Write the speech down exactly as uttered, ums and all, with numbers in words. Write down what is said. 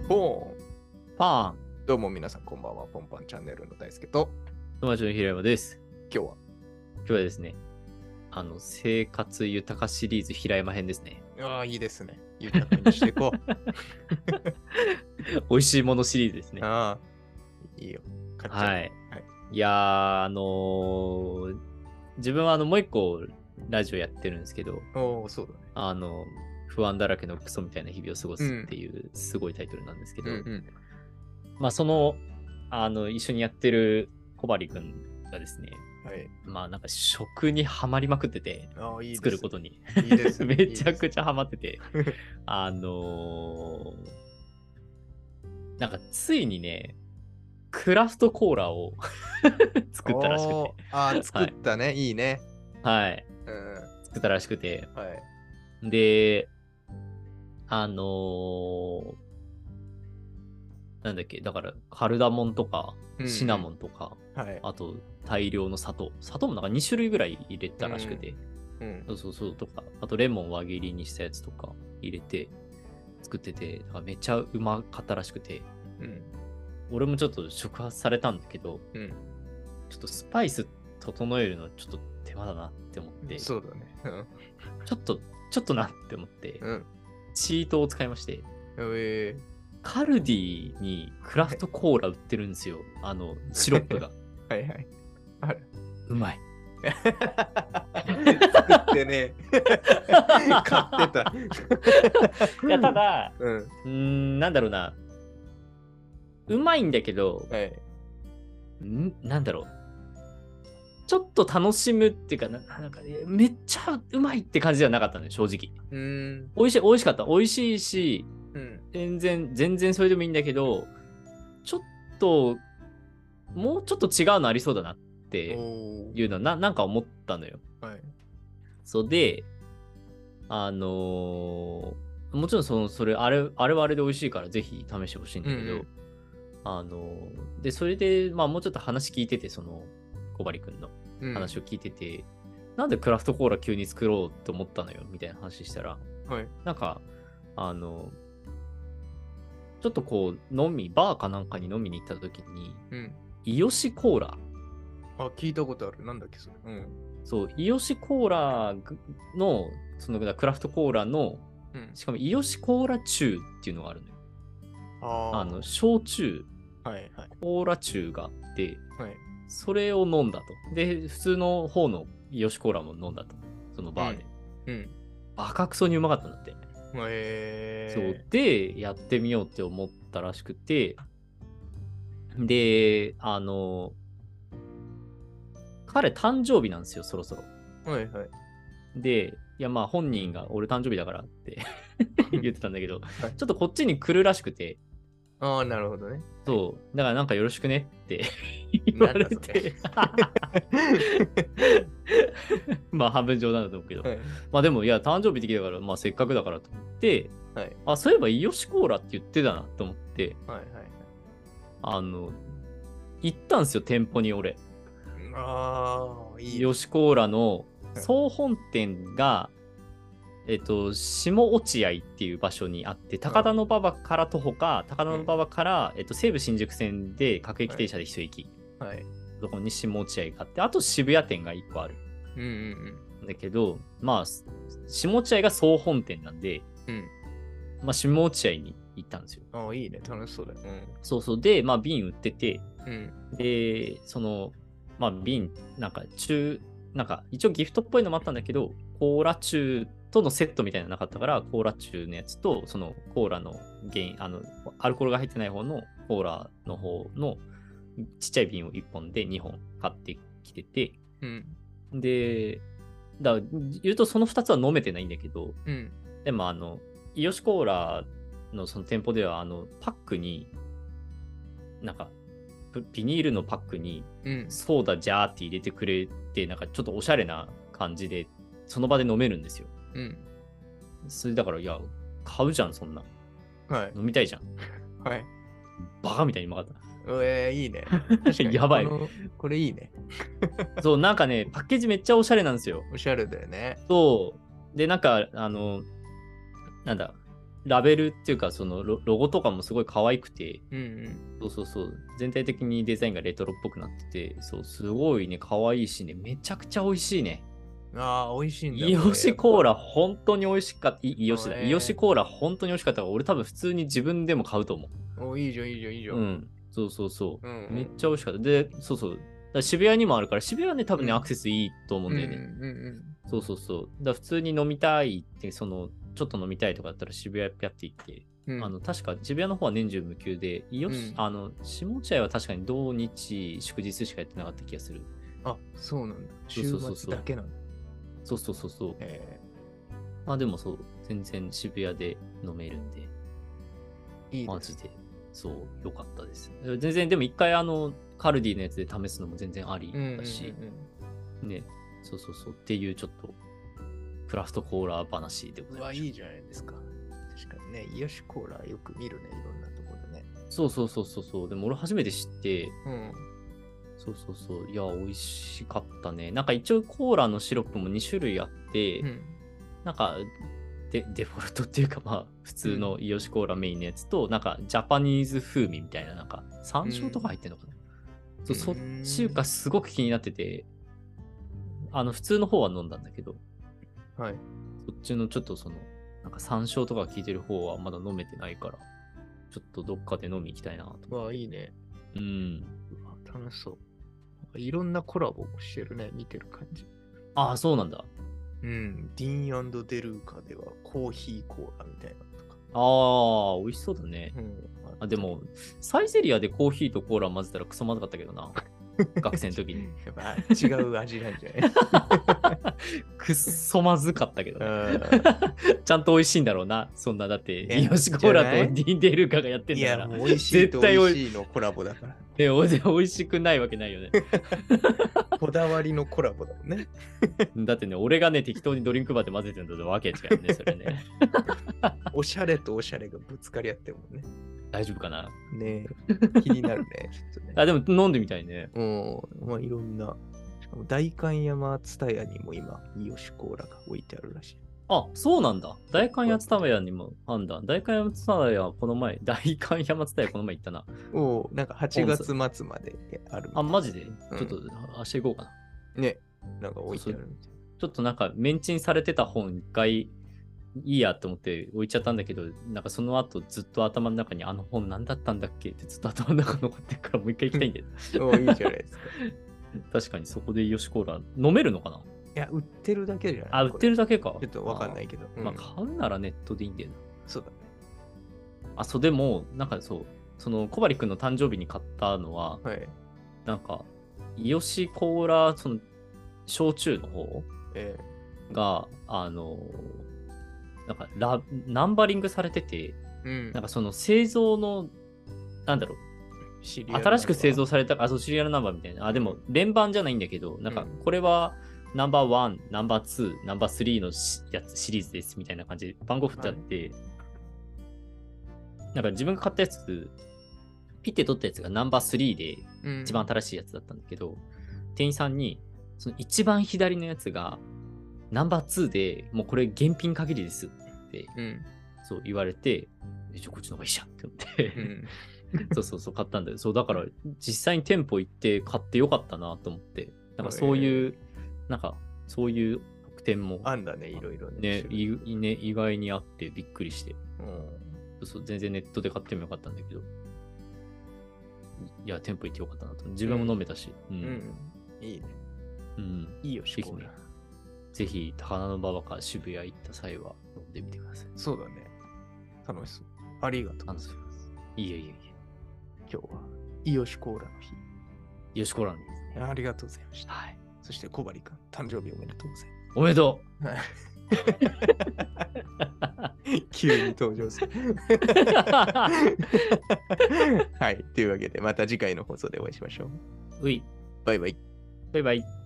ポーン。 パーン。 どうも皆さんこんばんは。ポンパンチャンネルの大輔と、 友達の平山です。 今日は今日はですね、あの、生活豊かシリーズ平山編ですね。 ああ、いいですね。豊かにしていこう。 美味しいものシリーズですね。 ああ、いいよ。買っちゃう。 はい。はい、いやー、あのー、自分はあの、もう一個ラジオやってるんですけど、 おお、そうだね。 あの、不安だらけのクソみたいな日々を過ごすっていうすごいタイトルなんですけど、 うんうん、 まあ、その、あの、一緒にやってる小針くんがですね、 はい、 まあなんか食にはまりまくってて、 あいい作ることに。 いいです、ね、 めちゃくちゃハマってて、あのー、なんかついにね、クラフトコーラを作ったらしくて。 ああ、作ったね、はい、いいね。 はい。 うん、 作ったらしくて。 はい、 で、あのー、なんだっけ、だからカルダモンとかシナモンとか、 うんうん、はい、 あと大量の砂糖。砂糖もなんかに種類ぐらい入れたらしくて。 うん、 そうそうそうとか、あとレモン輪切りにしたやつとか入れて作ってて、だからめっちゃうまかったらしくて、うん、俺もちょっと触発されたんだけど、うん、ちょっとスパイス整えるのちょっと手間だなって思って、 そうだね。うん、 ちょっと、ちょっとなって思って、うん、チートを使いまして、えー、カルディにクラフトコーラ売ってるんですよ。あの、シロップが。 はいはい。ある。 うまい。 作ってね。買ってた。 いや、ただ、 うん、 うーん、なんだろうな。うまいんだけど、はい、んなんだろう。ちょっと楽しむっていうか、ななんか、ね、めっちゃうまいって感じではなかったのよ、正直。うん。美味しい、美味しかった。美味しいし、うん、全然、全然それでもいいんだけど、ちょっと、もうちょっと違うのありそうだなっていうのはな、なんか思ったのよ。はい。そうで、あのー、もちろんその、それ、あれ、あれはあれで美味しいからぜひ試してほしいんだけど、うんうん、あのー、で、それで、まあもうちょっと話聞いてて、その、小針くんの話を聞いてて、うん、なんでクラフトコーラ急に作ろうって思ったのよ、みたいな話したら、はい、なんか、あの、ちょっとこう、飲み、バーかなんかに飲みに行った時に、うん、イヨシコーラ。 あ、聞いたことある。なんだっけ、それ。うん。 そう、イヨシコーラの、そのクラフトコーラの、うん、しかもイヨシコーラ中っていうのがあるのよ。ああの、焼酎、はいはい、コーラ中があって、はい、それを飲んだと。で、普通の方のイヨシコーラも飲んだと。そのバーで。うん。うん、バカクソにうまかったんだって。へー。そう。で、やってみようって思ったらしくて、で、あの、彼誕生日なんですよ、そろそろ。はいはい。で、いやまあ本人が俺誕生日だからって言ってたんだけど、はい、ちょっとこっちに来るらしくて。 ああ、なるほどね。 そう。だからなんかよろしくねって言われて。まあ半分冗談だと思うけど。はい、まあでもいや誕生日的だから、まあせっかくだからと思って、はい、あ、そういえばイヨシコーラって言ってたなと思って、はいはいはい、あの、行ったんですよ、店舗に俺。ああ、いい、ね。イヨシコーラの総本店が、えっと、下落合っていう場所にあって、高田馬場から徒歩か、高田馬場から、えっと、西武新宿線で各駅停車で一駅。はい。そこに下落合があって、あと渋谷店が一個ある。うんうんうん。だけど、まあ、下落合が総本店なんで、うん。まあ、下落合に行ったんですよ。 ああ、いいね。楽しそうだよ。 うん。そうそう。で、まあ、瓶売ってて、うん。で、その、まあ、瓶、なんか、中、なんか、一応ギフトっぽいのもあったんだけど、コーラ中とのセットみたいなのなかったから、コーラ中のやつと、そのコーラの原因、あの、アルコールが入ってない方のコーラの方のちっちゃい瓶をいっぽんでにほん買ってきてて、うん、で、だ言うとそのふたつは飲めてないんだけど、うん、でもあの、イヨシコーラのその店舗では、あの、パックに、なんか、ビニールのパックにソーダジャーって入れてくれて、なんかちょっとおしゃれな感じでその場で飲めるんですよ。うん。それだからいや買うじゃんそんな。はい。飲みたいじゃん。はい。バカみたいにうまかった。 えー、いいね。 やばい。 こ, これいいね。 そうなんかねパッケージめっちゃおしゃれなんですよ。 おしゃれだよね。 そうでなんかあのなんだラベルっていうか、その ロ, ロゴとかもすごい可愛くて、 うんうん、 そうそうそう、全体的にデザインがレトロっぽくなってて、そう、すごいね、可愛いしね、めちゃくちゃ美味しいね。 ああ、美味しいんだ。 イオシコーラ、本当に美味しかった。イオシだ。 えー、 イオシコーラ、本当に美味しかったから、俺多分普通に自分でも買うと思う。お、いいじゃん、いいじゃん、いいじゃん。 うん。そうそうそう。 うんうん、 めっちゃ美味しかった。で、そうそう。だ渋谷にもあるから、渋谷はね、多分ね、うん、アクセスいいと思うんだよね。 うんうんうん、 そうそうそう。だ普通に飲みたいって、その、ちょっと飲みたいとかだったら渋谷ピャって行って、うん、あの確か渋谷の方は年中無休で、よし、うん、あの下茶屋は確かに土日祝日しかやってなかった気がする。 あ、そうなんだ。週末だけなんだ。 そうそうそうそう。えー、まあでもそう、全然渋谷で飲めるんで、 いいマジで、そう、良かったです。全然、でも一回あの、カルディのやつで試すのも全然ありだし、うんうんうん、ね、そうそうそう、っていうちょっと、クラフトコーラ話でございます。 いいじゃないですか。確かにね、イヨシコーラよく見るね、いろんなところでね。 そうそうそうそうそう。でも俺初めて知って、 うん、 そうそうそう。いや、美味しかったね。なんか一応コーラのシロップもに種類あって、うん、なんかデ、デフォルトっていうかまあ、普通のイヨシコーラメインのやつと、うん、なんかジャパニーズ風味みたいな、なんか山椒とか入ってんのかな、うん、そうそっちがすごく気になってて、あの、普通の方は飲んだんだけど、 はい。 そっちのちょっとその、なんか山椒とか効いてる方はまだ飲めてないから、ちょっとどっかで飲み行きたいなと。 わあ、いいね。 うん。 うわ、楽しそう。いろんなコラボもしてるね、見てる感じ。 ああ、そうなんだ。 うん。ディーン&デルーカではコーヒーコーラみたいなとか。 ああ、美味しそうだね。 うん、 あでも、サイゼリアでコーヒーとコーラ混ぜたらクソまずかったけどな。学生の時に。 やっぱ違う味なんじゃないくっそまずかったけど、ね、ちゃんと美味しいんだろうな。そんな、だって、イヨシコーラとディーン・デルーカがやってんだから。 いや、もう美味しいと美味しいのコラボだから。 え、美味しくないわけないよね。 こだわりのコラボだもんね。 だってね、俺がね、適当にドリンクバーで混ぜてるのとわけ違うね、それね。 おしゃれとおしゃれがぶつかり合ってるもんね。 大丈夫かなねえ、気になるね。ちょっとねあ、でも飲んでみたいね。 うん、まあいろんな。しかも代官山ツタヤにも今、イヨシコーラが置いてあるらしい。 あ、そうなんだ。代官山ツタヤにもあんだ。代官山ツタヤこの前、代官山ツタヤこの前行ったな。 おなんかはちがつ末まである。 あ、マジで、うん、ちょっと明日行こうかな。 ね、なんか置いてあるみたいな。 ちょっとなんかメンチンされてた本一回いいやと思って置いちゃったんだけど、なんかその後ずっと頭の中にあの本何だったんだっけってずっと頭の中残ってるからもう一回行きたいんだよ。 おいいじゃないですか。 確かにそこでイヨシコーラ飲めるのかな。 いや、売ってるだけじゃない。 あ、売ってるだけか。 ちょっとわかんないけど。 まあ、うん、まあ、買うならネットでいいんだよな。 そうだね。 あ、そう、でも、なんかそう、その小針くんの誕生日に買ったのは、 はい、 なんか、イヨシコーラ、その、焼酎の方が、えー、あの、なんかラ、ナンバリングされてて、うん、なんかその製造の、なんだろう、新しく製造された、あ、そう、シリアルナンバーみたいな。あ、でも、連番じゃないんだけど、なんか、これは、ナンバーワン、ナンバーツー、ナンバースリーのやつ、シリーズですみたいな感じで番号振ってあって、はい、なんか自分が買ったやつ、ピッて取ったやつがナンバースリーで一番新しいやつだったんだけど、うん、店員さんに、その一番左のやつがナンバーツーでもうこれ現品限りですって、うん、そう言われて、じゃあこっちの方がいいじゃんって思って、うん、そうそうそう買ったんだよ。そうだから実際に店舗行って買ってよかったなと思って、なんかそういう、えーなんか、そういう特典も。 あんだね、いろいろね。 ね、いね意外にあってびっくりして。うん、そう全然ネットで買ってもよかったんだけど。いや、店舗行ってよかったなと。自分も飲めたし。うん。うんうん、いいね。 うん。 いいよ、しこね。ぜひ、高菜の馬場か渋谷行った際は飲んでみてください。 そうだね。楽しそう。ありがとうございます。 いえいえいえ。 今日は、イヨシコーラの日。 イヨシコーラの日ですね。ありがとうございました。 はい。 そして小針くん、誕生日おめでとうございます。 おめでとう急に登場する。はい。というわけで、また次回の放送でお会いしましょう。 うい。 バイバイ。 バイバイ。